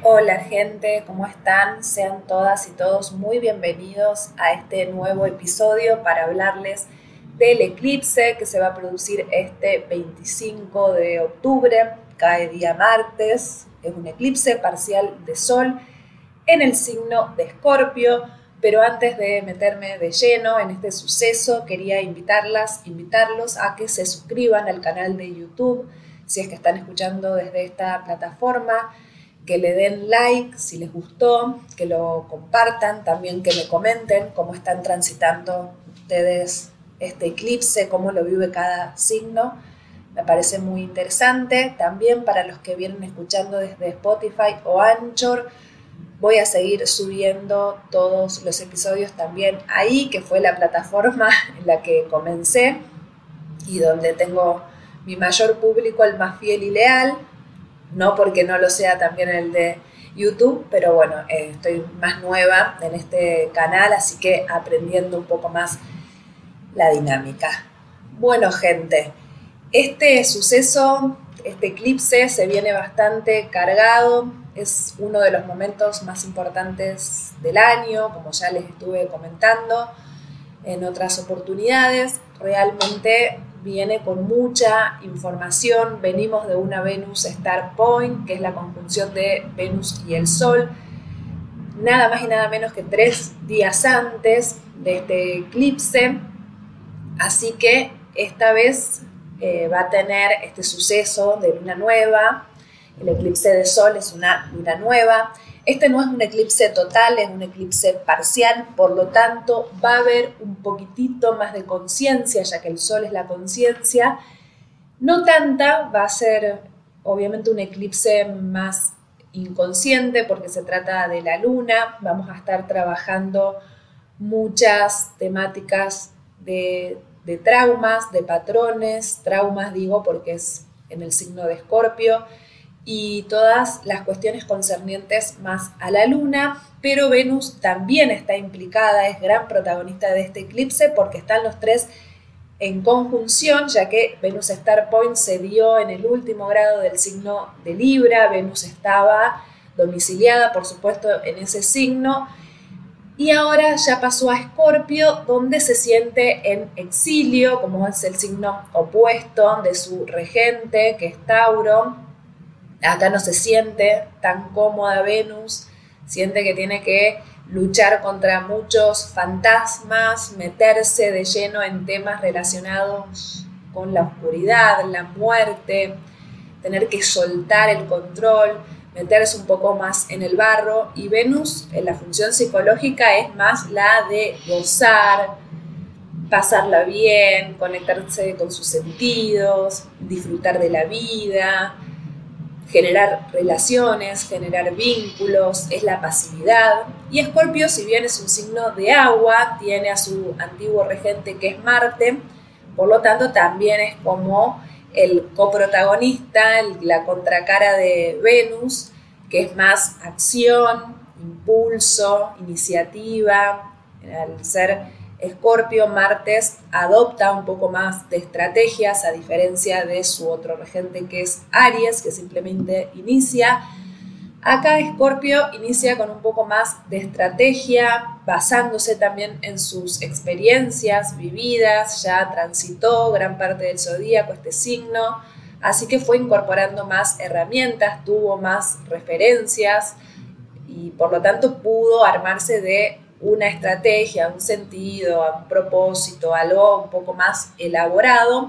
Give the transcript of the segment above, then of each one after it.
Hola gente, ¿cómo están? Sean todas y todos muy bienvenidos a este nuevo episodio para hablarles del eclipse que se va a producir este 25 de octubre, cae día martes, es un eclipse parcial de sol en el signo de Escorpio, pero antes de meterme de lleno en este suceso, quería invitarlos a que se suscriban al canal de YouTube, si es que están escuchando desde esta plataforma, que le den like si les gustó, que lo compartan, también que me comenten cómo están transitando ustedes este eclipse, cómo lo vive cada signo. Me parece muy interesante. También para los que vienen escuchando desde Spotify o Anchor, voy a seguir subiendo todos los episodios también ahí, que fue la plataforma en la que comencé y donde tengo mi mayor público, el más fiel y leal. No porque no lo sea también el de YouTube, pero bueno, estoy más nueva en este canal, así que aprendiendo un poco más la dinámica. Bueno, gente, este suceso, este eclipse se viene bastante cargado, es uno de los momentos más importantes del año, como ya les estuve comentando en otras oportunidades. Realmente viene con mucha información. Venimos de una Venus Star Point, que es la conjunción de Venus y el Sol, nada más y nada menos que 3 días antes de este eclipse. Así que esta vez va a tener este suceso de luna nueva. El eclipse de Sol es una luna nueva. Este no es un eclipse total, es un eclipse parcial, por lo tanto va a haber un poquitito más de conciencia, ya que el Sol es la conciencia. No tanta, va a ser obviamente un eclipse más inconsciente porque se trata de la luna. Vamos a estar trabajando muchas temáticas de traumas, de patrones, traumas digo porque es en el signo de Escorpio, y todas las cuestiones concernientes más a la luna, pero Venus también está implicada, es gran protagonista de este eclipse porque están los tres en conjunción, ya que Venus Star Point se dio en el último grado del signo de Libra. Venus estaba domiciliada, por supuesto, en ese signo, y ahora ya pasó a Escorpio, donde se siente en exilio, como es el signo opuesto de su regente, que es Tauro. Acá no se siente tan cómoda Venus, siente que tiene que luchar contra muchos fantasmas, meterse de lleno en temas relacionados con la oscuridad, la muerte, tener que soltar el control, meterse un poco más en el barro. Y Venus, en la función psicológica, es más la de gozar, pasarla bien, conectarse con sus sentidos, disfrutar de la vida, generar relaciones, generar vínculos, es la pasividad. Y Escorpio, si bien es un signo de agua, tiene a su antiguo regente que es Marte, por lo tanto también es como el coprotagonista, la contracara de Venus, que es más acción, impulso, iniciativa. Al ser Escorpio, Marte adopta un poco más de estrategias, a diferencia de su otro regente que es Aries, que simplemente inicia. Acá Escorpio inicia con un poco más de estrategia, basándose también en sus experiencias vividas, ya transitó gran parte del zodíaco este signo, así que fue incorporando más herramientas, tuvo más referencias y por lo tanto pudo armarse de una estrategia, un sentido, un propósito, algo un poco más elaborado.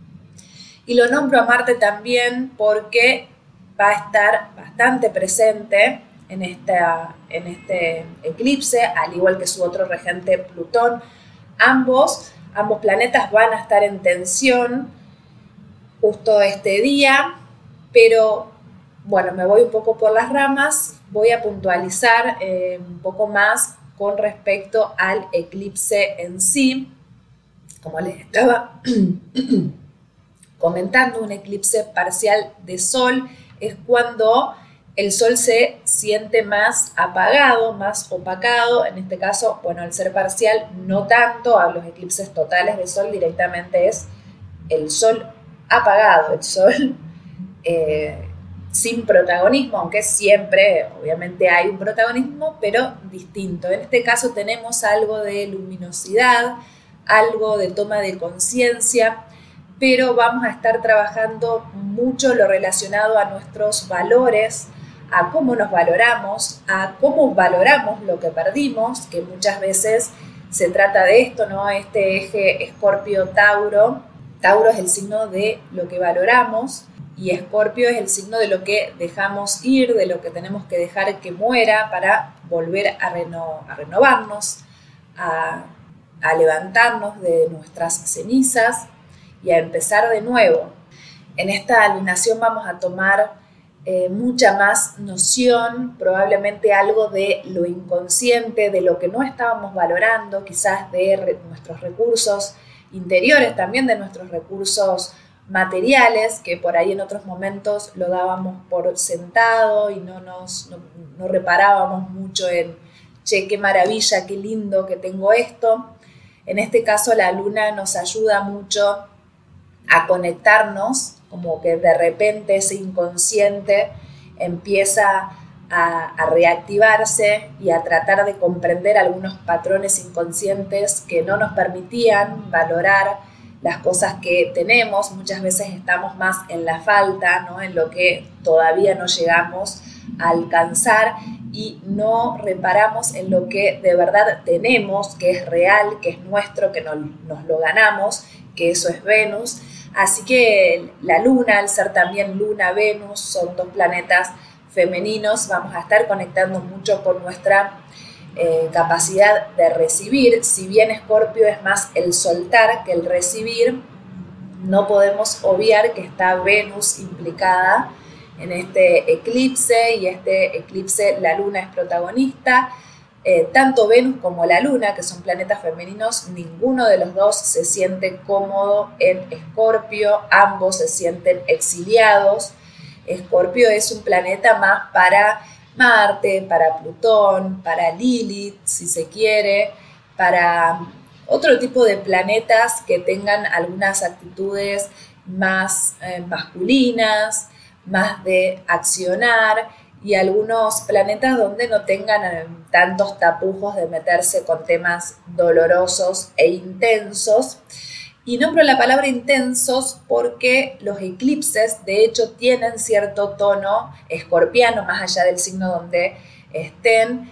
Y lo nombro a Marte también porque va a estar bastante presente en este eclipse, al igual que su otro regente Plutón. Ambos planetas van a estar en tensión justo este día, pero bueno, me voy un poco por las ramas, voy a puntualizar un poco más con respecto al eclipse en sí. Como les estaba comentando, un eclipse parcial de Sol es cuando el Sol se siente más apagado, más opacado. En este caso, bueno, al ser parcial, no tanto. A los eclipses totales de Sol directamente es el Sol apagado, el Sol sin protagonismo, aunque siempre obviamente hay un protagonismo, pero distinto. En este caso tenemos algo de luminosidad, algo de toma de conciencia, pero vamos a estar trabajando mucho lo relacionado a nuestros valores, a cómo nos valoramos, a cómo valoramos lo que perdimos, que muchas veces se trata de esto, ¿no? Este eje Escorpio-Tauro. Tauro es el signo de lo que valoramos y Escorpio es el signo de lo que dejamos ir, de lo que tenemos que dejar que muera para volver a renovarnos, a levantarnos de nuestras cenizas y a empezar de nuevo. En esta lunación vamos a tomar mucha más noción, probablemente algo de lo inconsciente, de lo que no estábamos valorando, quizás de nuestros recursos interiores, también de nuestros recursos materiales, que por ahí en otros momentos lo dábamos por sentado y no reparábamos mucho en, che, qué maravilla, qué lindo que tengo esto. En este caso la luna nos ayuda mucho a conectarnos, como que de repente ese inconsciente empieza a reactivarse y a tratar de comprender algunos patrones inconscientes que no nos permitían valorar las cosas que tenemos. Muchas veces estamos más en la falta, ¿no? En lo que todavía no llegamos a alcanzar y no reparamos en lo que de verdad tenemos, que es real, que es nuestro, que nos lo ganamos, que eso es Venus. Así que la luna, al ser también luna-Venus, son dos planetas femeninos, vamos a estar conectando mucho con nuestra capacidad de recibir. Si bien Escorpio es más el soltar que el recibir, no podemos obviar que está Venus implicada en este eclipse, y este eclipse la luna es protagonista. Tanto Venus como la luna, que son planetas femeninos, ninguno de los dos se siente cómodo en Escorpio, ambos se sienten exiliados. Escorpio es un planeta más para Marte, para Plutón, para Lilith, si se quiere, para otro tipo de planetas que tengan algunas actitudes más masculinas, más de accionar, y algunos planetas donde no tengan tantos tapujos de meterse con temas dolorosos e intensos. Y nombro la palabra intensos porque los eclipses de hecho tienen cierto tono escorpiano, más allá del signo donde estén,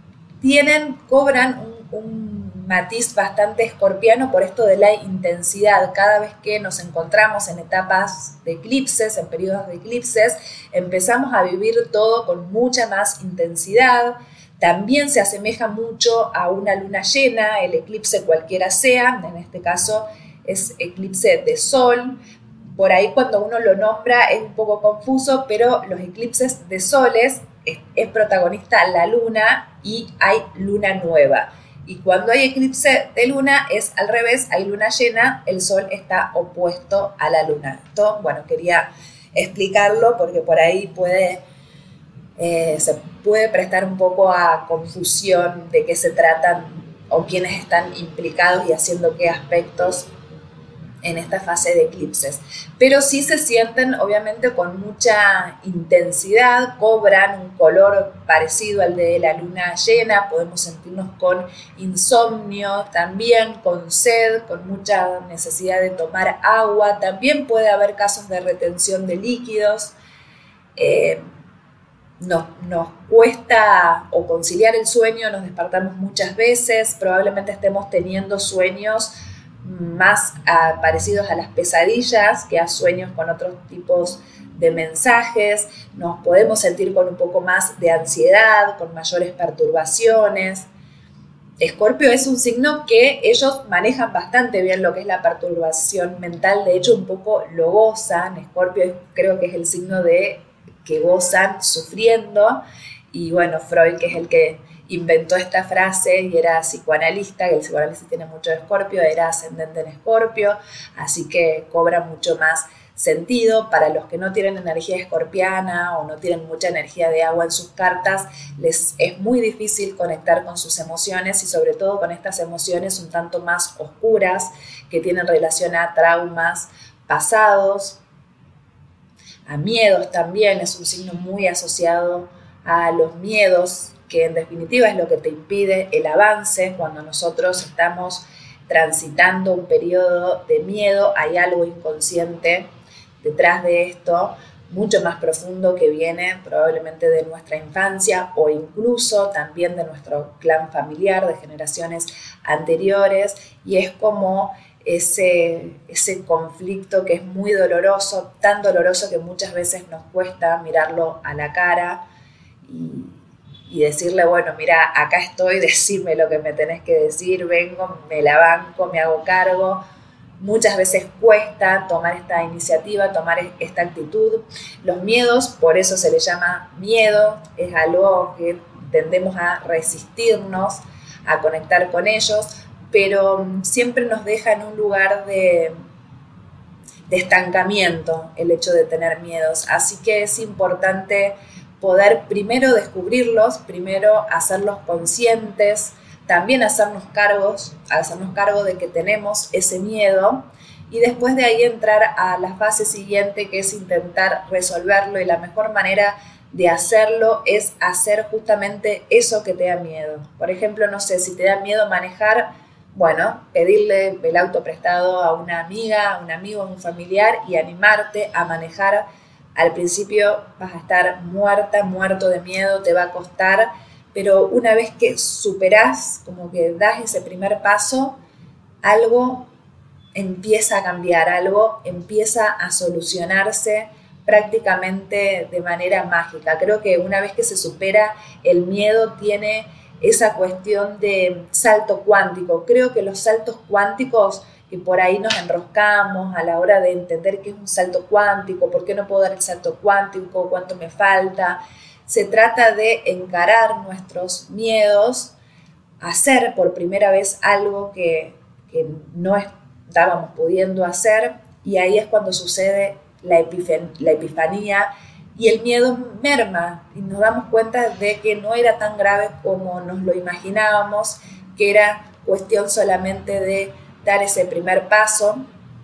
cobran un matiz bastante escorpiano por esto de la intensidad. Cada vez que nos encontramos en etapas de eclipses, en periodos de eclipses, empezamos a vivir todo con mucha más intensidad. También se asemeja mucho a una luna llena, el eclipse cualquiera sea, en este caso es eclipse de sol. Por ahí cuando uno lo nombra es un poco confuso, pero los eclipses de soles es protagonista la luna y hay luna nueva. Y cuando hay eclipse de luna es al revés, hay luna llena, el sol está opuesto a la luna. Esto, bueno, quería explicarlo porque por ahí se puede prestar un poco a confusión de qué se tratan o quiénes están implicados y haciendo qué aspectos en esta fase de eclipses. Pero sí se sienten obviamente con mucha intensidad, cobran un color parecido al de la luna llena, podemos sentirnos con insomnio, también con sed, con mucha necesidad de tomar agua, también puede haber casos de retención de líquidos. Nos cuesta o conciliar el sueño, nos despertamos muchas veces, probablemente estemos teniendo sueños más parecidos a las pesadillas que a sueños con otros tipos de mensajes. Nos podemos sentir con un poco más de ansiedad, con mayores perturbaciones. Escorpio es un signo que ellos manejan bastante bien lo que es la perturbación mental, de hecho un poco lo gozan. Escorpio creo que es el signo de que gozan sufriendo, y bueno, Freud, que es el que inventó esta frase y era psicoanalista, que el psicoanálisis tiene mucho de Escorpio, era ascendente en Escorpio, así que cobra mucho más sentido. Para los que no tienen energía escorpiana o no tienen mucha energía de agua en sus cartas, les es muy difícil conectar con sus emociones y sobre todo con estas emociones un tanto más oscuras que tienen relación a traumas pasados. a miedos también, es un signo muy asociado a los miedos, que en definitiva es lo que te impide el avance. Cuando nosotros estamos transitando un periodo de miedo, hay algo inconsciente detrás de esto, mucho más profundo, que viene probablemente de nuestra infancia o incluso también de nuestro clan familiar, de generaciones anteriores, y es como ese conflicto que es muy doloroso, tan doloroso que muchas veces nos cuesta mirarlo a la cara y decirle, bueno, mira, acá estoy, decime lo que me tenés que decir, vengo, me la banco, me hago cargo. Muchas veces cuesta tomar esta iniciativa, tomar esta actitud. Los miedos, por eso se le llama miedo, es algo que tendemos a resistirnos, a conectar con ellos, pero siempre nos deja en un lugar de estancamiento el hecho de tener miedos. Así que es importante poder primero descubrirlos, primero hacerlos conscientes, también hacernos cargo de que tenemos ese miedo y después de ahí entrar a la fase siguiente, que es intentar resolverlo, y la mejor manera de hacerlo es hacer justamente eso que te da miedo. Por ejemplo, no sé, si te da miedo manejar, bueno, pedirle el auto prestado a una amiga, a un amigo, a un familiar y animarte a manejar. Al principio vas a estar muerto de miedo, te va a costar, pero una vez que superás, como que das ese primer paso, algo empieza a cambiar, algo empieza a solucionarse prácticamente de manera mágica. Creo que una vez que se supera, el miedo tiene esa cuestión de salto cuántico. Creo que los saltos cuánticos, que por ahí nos enroscamos a la hora de entender qué es un salto cuántico, por qué no puedo dar el salto cuántico, cuánto me falta. Se trata de encarar nuestros miedos, hacer por primera vez algo que no estábamos pudiendo hacer, y ahí es cuando sucede la epifanía y el miedo merma y nos damos cuenta de que no era tan grave como nos lo imaginábamos, que era cuestión solamente de dar ese primer paso.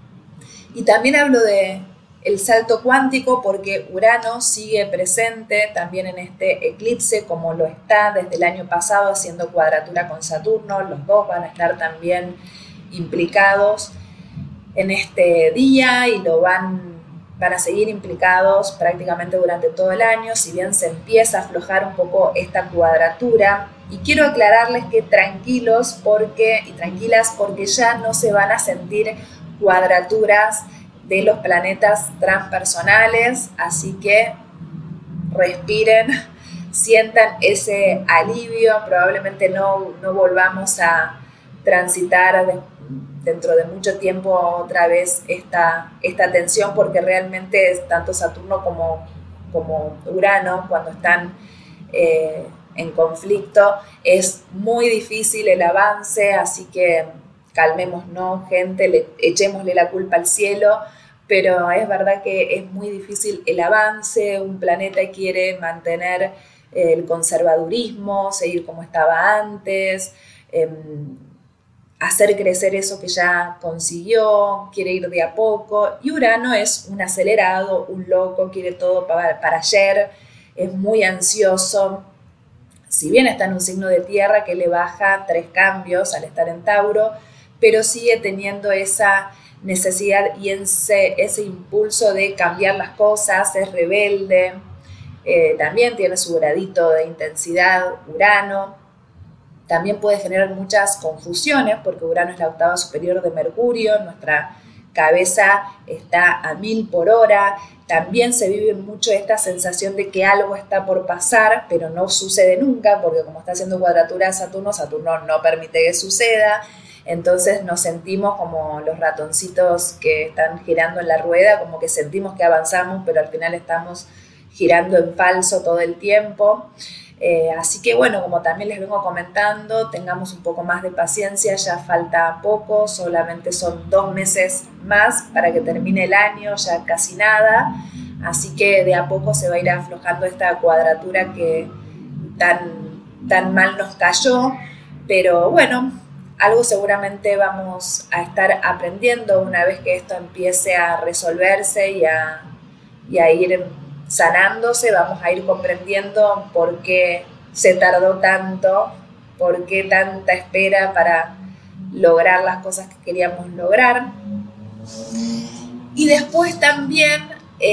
Y también hablo de el salto cuántico porque Urano sigue presente también en este eclipse, como lo está desde el año pasado haciendo cuadratura con Saturno. Los dos van a estar también implicados en este día y van a seguir implicados prácticamente durante todo el año, si bien se empieza a aflojar un poco esta cuadratura. Y quiero aclararles que tranquilos y tranquilas, porque ya no se van a sentir cuadraturas de los planetas transpersonales, así que respiren, sientan ese alivio. Probablemente no volvamos a transitar dentro de mucho tiempo otra vez esta tensión, porque realmente es tanto Saturno como Urano, cuando están en conflicto, es muy difícil el avance, así que calmémonos, gente, echémosle la culpa al cielo, pero es verdad que es muy difícil el avance. Un planeta quiere mantener el conservadurismo, seguir como estaba antes, hacer crecer eso que ya consiguió, quiere ir de a poco, y Urano es un acelerado, un loco, quiere todo para ayer, es muy ansioso. Si bien está en un signo de tierra que le baja 3 cambios al estar en Tauro, pero sigue teniendo esa necesidad y ese impulso de cambiar las cosas, es rebelde, también tiene su gradito de intensidad Urano. También puede generar muchas confusiones porque Urano es la octava superior de Mercurio, nuestra cabeza está a 1000 por hora. También se vive mucho esta sensación de que algo está por pasar, pero no sucede nunca, porque como está haciendo cuadratura a Saturno, Saturno no permite que suceda. Entonces nos sentimos como los ratoncitos que están girando en la rueda, como que sentimos que avanzamos, pero al final estamos girando en falso todo el tiempo. Así que bueno, como también les vengo comentando, tengamos un poco más de paciencia, ya falta poco, solamente son 2 meses más para que termine el año, ya casi nada, así que de a poco se va a ir aflojando esta cuadratura que tan mal nos cayó, pero bueno, algo seguramente vamos a estar aprendiendo una vez que esto empiece a resolverse y a y a ir sanándose, vamos a ir comprendiendo por qué se tardó tanto, por qué tanta espera para lograr las cosas que queríamos lograr. Y después también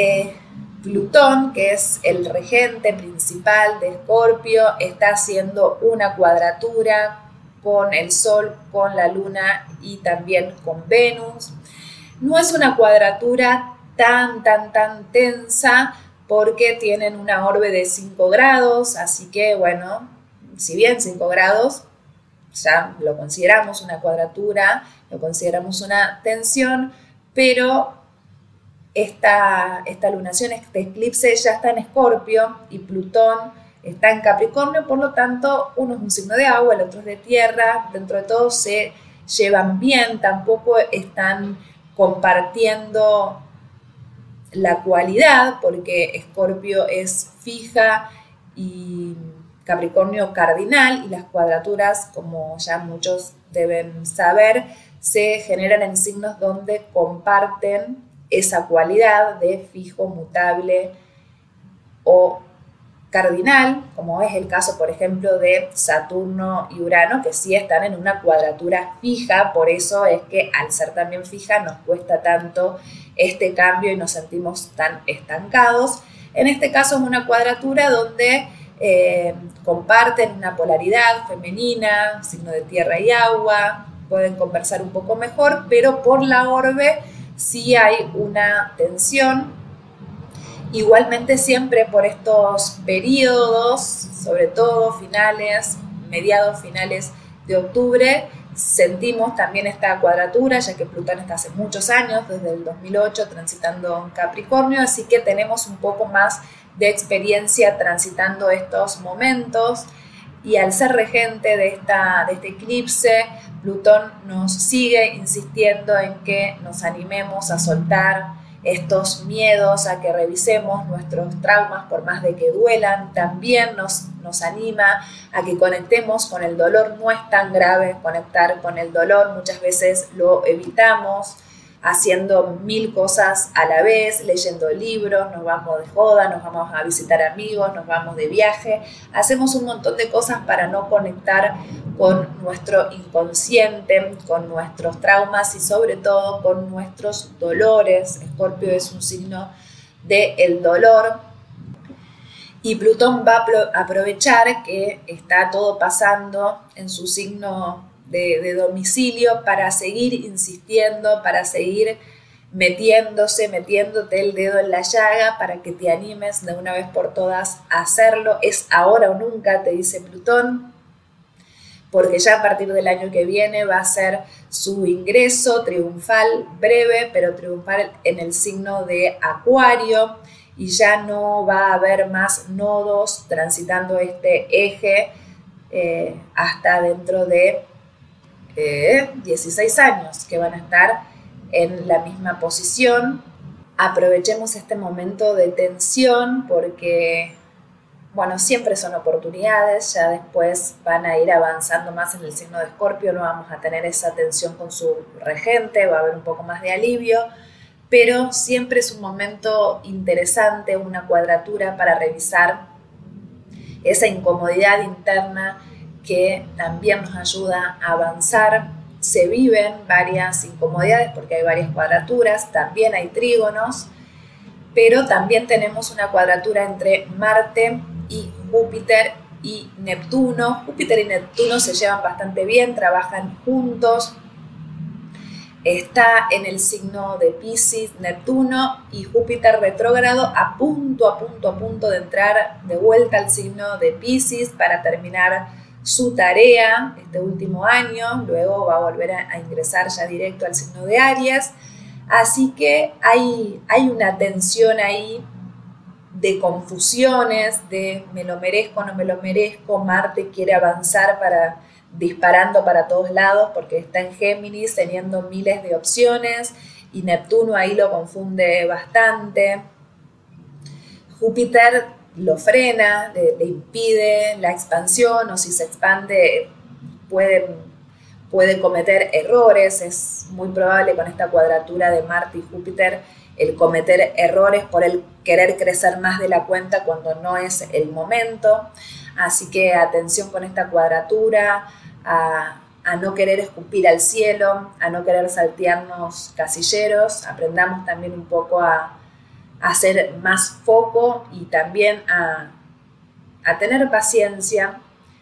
Plutón, que es el regente principal de Escorpio, está haciendo una cuadratura con el Sol, con la Luna y también con Venus. No es una cuadratura tan tensa porque tienen una orbe de 5 grados, así que bueno, si bien 5 grados ya lo consideramos una cuadratura, lo consideramos una tensión, pero esta lunación, este eclipse ya está en Escorpio y Plutón está en Capricornio, por lo tanto uno es un signo de agua, el otro es de tierra, dentro de todo se llevan bien, tampoco están compartiendo la cualidad, porque Escorpio es fija y Capricornio cardinal, y las cuadraturas, como ya muchos deben saber, se generan en signos donde comparten esa cualidad de fijo, mutable o cardinal, como es el caso, por ejemplo, de Saturno y Urano, que sí están en una cuadratura fija, por eso es que al ser también fija nos cuesta tanto este cambio y nos sentimos tan estancados. En este caso es una cuadratura donde comparten una polaridad femenina, signo de tierra y agua, pueden conversar un poco mejor, pero por la orbe sí hay una tensión. Igualmente siempre por estos periodos, sobre todo mediados finales de octubre, sentimos también esta cuadratura, ya que Plutón está hace muchos años, desde el 2008, transitando en Capricornio, así que tenemos un poco más de experiencia transitando estos momentos, y al ser regente de este eclipse, Plutón nos sigue insistiendo en que nos animemos a soltar estos miedos, a que revisemos nuestros traumas por más de que duelan. También nos anima a que conectemos con el dolor. No es tan grave conectar con el dolor, muchas veces lo evitamos haciendo 1000 cosas a la vez, leyendo libros, nos vamos de joda, nos vamos a visitar amigos, nos vamos de viaje, hacemos un montón de cosas para no conectar con nuestro inconsciente, con nuestros traumas y sobre todo con nuestros dolores. Escorpio es un signo del dolor y Plutón va a aprovechar que está todo pasando en su signo de domicilio para seguir insistiendo, para seguir metiéndote el dedo en la llaga, para que te animes de una vez por todas a hacerlo. Es ahora o nunca, te dice Plutón, porque ya a partir del año que viene va a ser su ingreso triunfal, breve, pero triunfal en el signo de Acuario, y ya no va a haber más nodos transitando este eje hasta dentro de 16 años, que van a estar en la misma posición. Aprovechemos este momento de tensión porque, bueno, siempre son oportunidades, ya después van a ir avanzando más en el signo de Escorpio, no vamos a tener esa tensión con su regente, va a haber un poco más de alivio, pero siempre es un momento interesante, una cuadratura para revisar esa incomodidad interna que también nos ayuda a avanzar. Se viven varias incomodidades porque hay varias cuadraturas, también hay trígonos, pero también tenemos una cuadratura entre Marte y Júpiter y Neptuno. Júpiter y Neptuno se llevan bastante bien, trabajan juntos. Está en el signo de Piscis Neptuno y Júpiter retrógrado a punto de entrar de vuelta al signo de Piscis para terminar su tarea este último año. Luego va a volver a ingresar ya directo al signo de Aries. Así que hay una tensión ahí de confusiones, de me lo merezco, no me lo merezco. Marte quiere avanzar disparando para todos lados porque está en Géminis teniendo miles de opciones y Neptuno ahí lo confunde bastante. Júpiter lo frena, le impide la expansión, o si se expande puede cometer errores. Es muy probable con esta cuadratura de Marte y Júpiter el cometer errores por el querer crecer más de la cuenta cuando no es el momento. Así que atención con esta cuadratura, a no querer escupir al cielo, a no querer saltearnos casilleros. Aprendamos también un poco a hacer más foco y también a tener paciencia.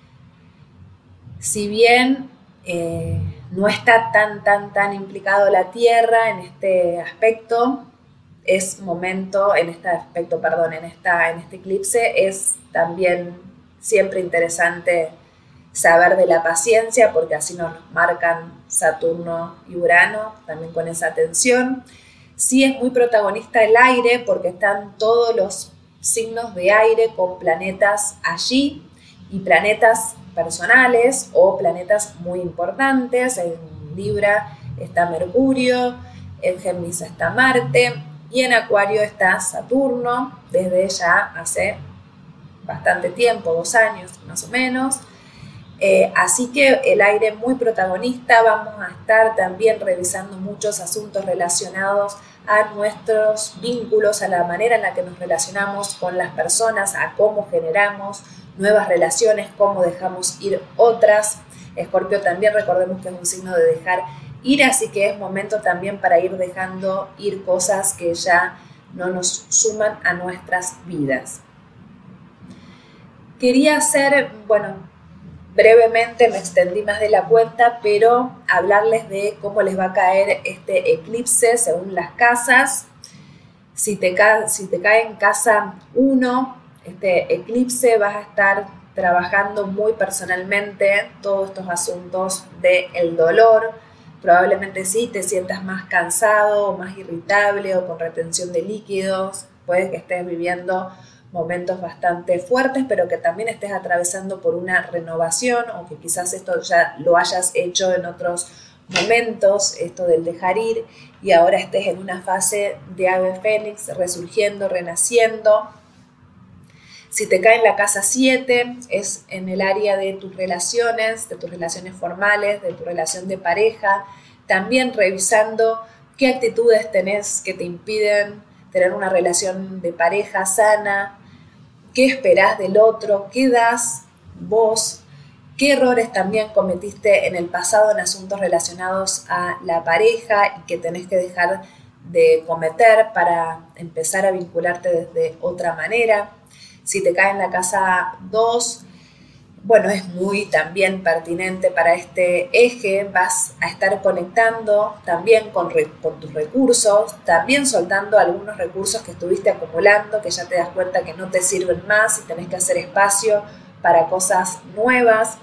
Si bien no está tan implicado la Tierra en este aspecto, es momento, en este eclipse, es también siempre interesante saber de la paciencia, porque así nos marcan Saturno y Urano, también con esa tensión. Sí es muy protagonista el aire, porque están todos los signos de aire con planetas allí, y planetas personales o planetas muy importantes. En Libra está Mercurio, en Géminis está Marte, y en Acuario está Saturno, desde ya hace bastante tiempo, 2 años más o menos. Así que el aire muy protagonista. Vamos a estar también revisando muchos asuntos relacionados a nuestros vínculos, a la manera en la que nos relacionamos con las personas, a cómo generamos nuevas relaciones, cómo dejamos ir otras. Escorpio también, recordemos que es un signo de dejar ir, así que es momento también para ir dejando ir cosas que ya no nos suman a nuestras vidas. Quería hacer, brevemente, me extendí más de la cuenta, pero hablarles de cómo les va a caer este eclipse según las casas. Si te cae en casa 1, este eclipse, vas a estar trabajando muy personalmente todos estos asuntos del dolor. Probablemente sí te sientas más cansado, o más irritable o con retención de líquidos. Puede que estés viviendo momentos bastante fuertes, pero que también estés atravesando por una renovación, o que quizás esto ya lo hayas hecho en otros momentos, esto del dejar ir, y ahora estés en una fase de ave fénix, resurgiendo, renaciendo. Si te cae en la casa 7, es en el área de tus relaciones formales, de tu relación de pareja, también revisando qué actitudes tenés que te impiden tener una relación de pareja sana, qué esperás del otro, qué das vos, qué errores también cometiste en el pasado en asuntos relacionados a la pareja y que tenés que dejar de cometer para empezar a vincularte desde otra manera. Si te cae en la casa 2, es muy también pertinente para este eje. Vas a estar conectando también con tus recursos, también soltando algunos recursos que estuviste acumulando, que ya te das cuenta que no te sirven más y tenés que hacer espacio para cosas nuevas.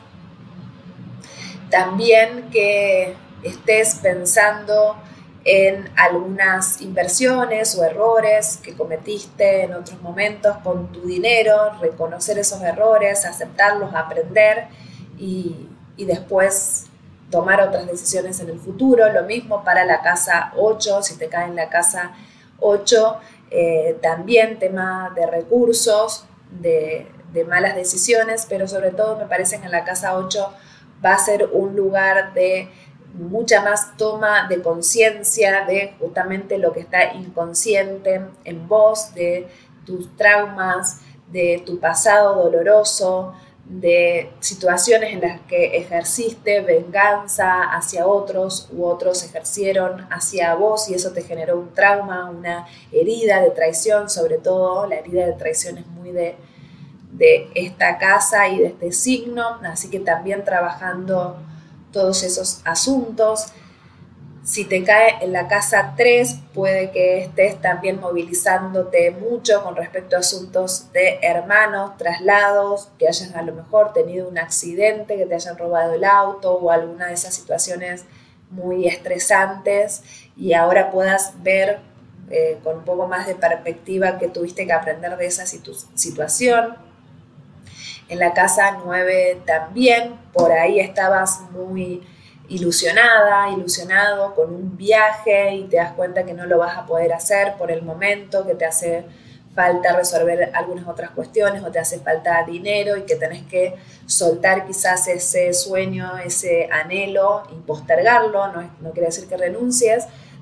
También que estés pensando en algunas inversiones o errores que cometiste en otros momentos con tu dinero, reconocer esos errores, aceptarlos, aprender y después tomar otras decisiones en el futuro. Lo mismo para la casa 8, si te cae en la casa 8, también tema de recursos, de malas decisiones, pero sobre todo me parece que en la casa 8 va a ser un lugar de mucha más toma de conciencia de justamente lo que está inconsciente en vos, de tus traumas, de tu pasado doloroso, de situaciones en las que ejerciste venganza hacia otros u otros ejercieron hacia vos y eso te generó un trauma, una herida de traición. Sobre todo la herida de traición es muy de esta casa y de este signo, así que también trabajando todos esos asuntos. Si te cae en la casa 3, puede que estés también movilizándote mucho con respecto a asuntos de hermanos, traslados, que hayas a lo mejor tenido un accidente, que te hayan robado el auto o alguna de esas situaciones muy estresantes y ahora puedas ver con un poco más de perspectiva que tuviste que aprender de esa situación. En la casa 9 también, por ahí estabas muy ilusionado con un viaje y te das cuenta que no lo vas a poder hacer por el momento, que te hace falta resolver algunas otras cuestiones o te hace falta dinero y que tenés que soltar quizás ese sueño, ese anhelo y postergarlo. No quiere decir que renuncies,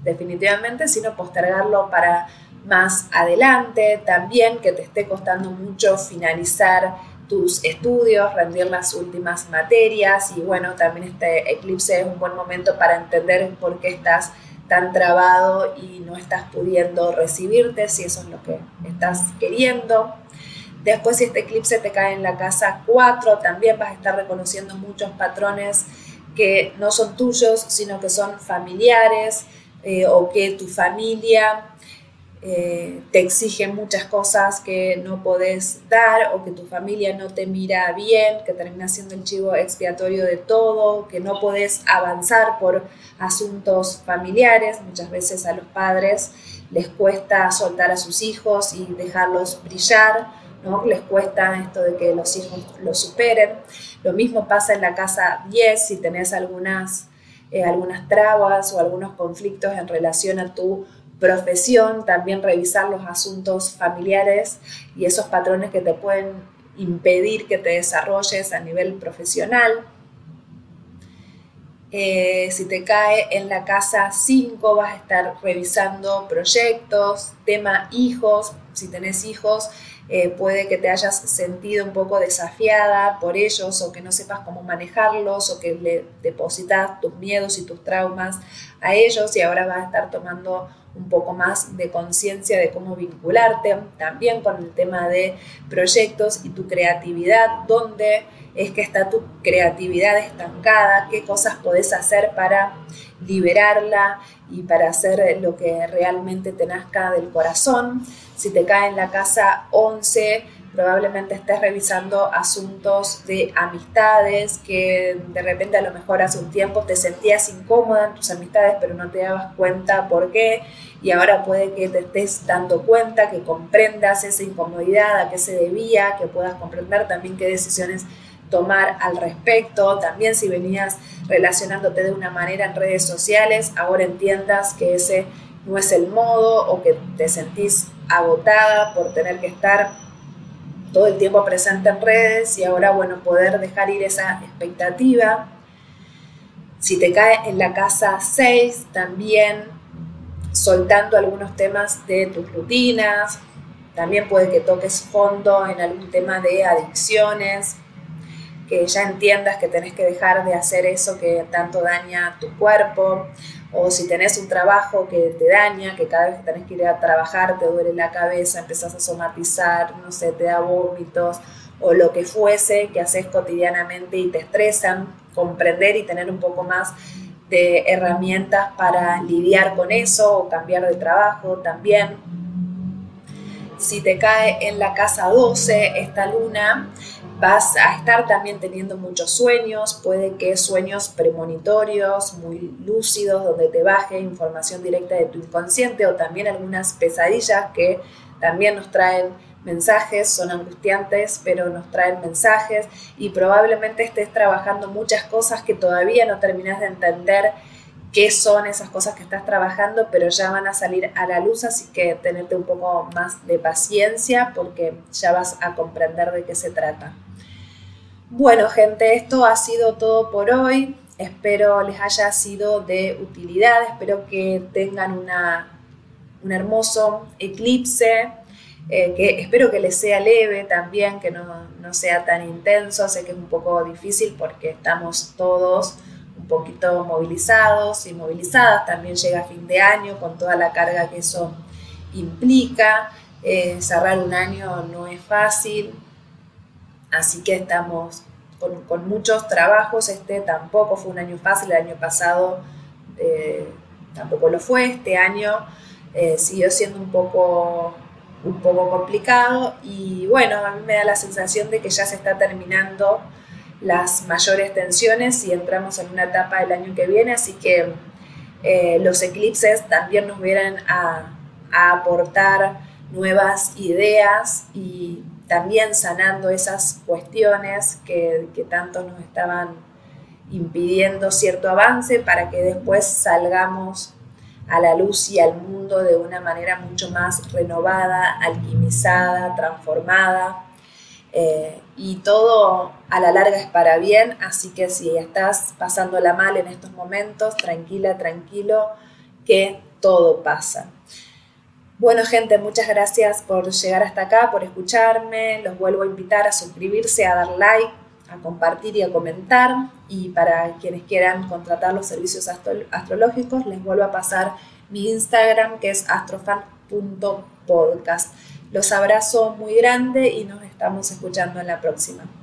definitivamente, sino postergarlo para más adelante. También que te esté costando mucho finalizar tus estudios, rendir las últimas materias, y bueno, también este eclipse es un buen momento para entender por qué estás tan trabado y no estás pudiendo recibirte, si eso es lo que estás queriendo. Después, si este eclipse te cae en la casa 4, también vas a estar reconociendo muchos patrones que no son tuyos, sino que son familiares, o que tu familia te exige muchas cosas que no podés dar, o que tu familia no te mira bien, que termina siendo el chivo expiatorio de todo, que no podés avanzar por asuntos familiares. Muchas veces a los padres les cuesta soltar a sus hijos y dejarlos brillar, ¿no? Les cuesta esto de que los hijos los superen. Lo mismo pasa en la casa 10, si tenés algunas trabas o algunos conflictos en relación a tu profesión, también revisar los asuntos familiares y esos patrones que te pueden impedir que te desarrolles a nivel profesional. Si te cae en la casa 5, vas a estar revisando proyectos, tema hijos. Si tenés hijos, puede que te hayas sentido un poco desafiada por ellos, o que no sepas cómo manejarlos, o que le depositas tus miedos y tus traumas a ellos, y ahora vas a estar tomando un poco más de conciencia de cómo vincularte también con el tema de proyectos y tu creatividad. ¿Dónde es que está tu creatividad estancada? ¿Qué cosas podés hacer para liberarla y para hacer lo que realmente te nazca del corazón? Si te cae en la casa 11, probablemente estés revisando asuntos de amistades, que de repente a lo mejor hace un tiempo te sentías incómoda en tus amistades, pero no te dabas cuenta por qué, y ahora puede que te estés dando cuenta, que comprendas esa incomodidad, a qué se debía, que puedas comprender también qué decisiones tomar al respecto. También, si venías relacionándote de una manera en redes sociales, ahora entiendas que ese no es el modo, o que te sentís agotada por tener que estar todo el tiempo presente en redes, y ahora, bueno, poder dejar ir esa expectativa. Si te cae en la casa 6, también soltando algunos temas de tus rutinas. También puede que toques fondo en algún tema de adicciones, que ya entiendas que tenés que dejar de hacer eso que tanto daña tu cuerpo. O si tenés un trabajo que te daña, que cada vez que tenés que ir a trabajar te duele la cabeza, empezás a somatizar, no sé, te da vómitos, o lo que fuese que haces cotidianamente y te estresan, comprender y tener un poco más de herramientas para lidiar con eso, o cambiar de trabajo también. Si te cae en la casa 12 esta luna, vas a estar también teniendo muchos sueños, puede que sueños premonitorios, muy lúcidos, donde te baje información directa de tu inconsciente, o también algunas pesadillas que también nos traen mensajes, son angustiantes, pero nos traen mensajes, y probablemente estés trabajando muchas cosas que todavía no terminas de entender qué son esas cosas que estás trabajando, pero ya van a salir a la luz, así que tenete un poco más de paciencia, porque ya vas a comprender de qué se trata. Bueno, gente, esto ha sido todo por hoy. Espero les haya sido de utilidad, espero que tengan un hermoso eclipse, que espero que les sea leve también, que no sea tan intenso. Sé que es un poco difícil porque estamos todos un poquito movilizados y movilizadas. También llega fin de año con toda la carga que eso implica. Cerrar un año no es fácil, así que estamos con muchos trabajos. Este tampoco fue un año fácil, el año pasado tampoco lo fue. Este año siguió siendo un poco complicado, y bueno, a mí me da la sensación de que ya se está terminando las mayores tensiones y entramos en una etapa del año que viene, así que los eclipses también nos vienen a aportar nuevas ideas, y también sanando esas cuestiones que tanto nos estaban impidiendo cierto avance, para que después salgamos a la luz y al mundo de una manera mucho más renovada, alquimizada, transformada. Y todo a la larga es para bien, así que si estás pasándola mal en estos momentos, tranquila, tranquilo, que todo pasa. Bueno, gente, muchas gracias por llegar hasta acá, por escucharme. Los vuelvo a invitar a suscribirse, a dar like, a compartir y a comentar. Y para quienes quieran contratar los servicios astrológicos, les vuelvo a pasar mi Instagram, que es astrofan.podcast. Los abrazo muy grande y nos estamos escuchando en la próxima.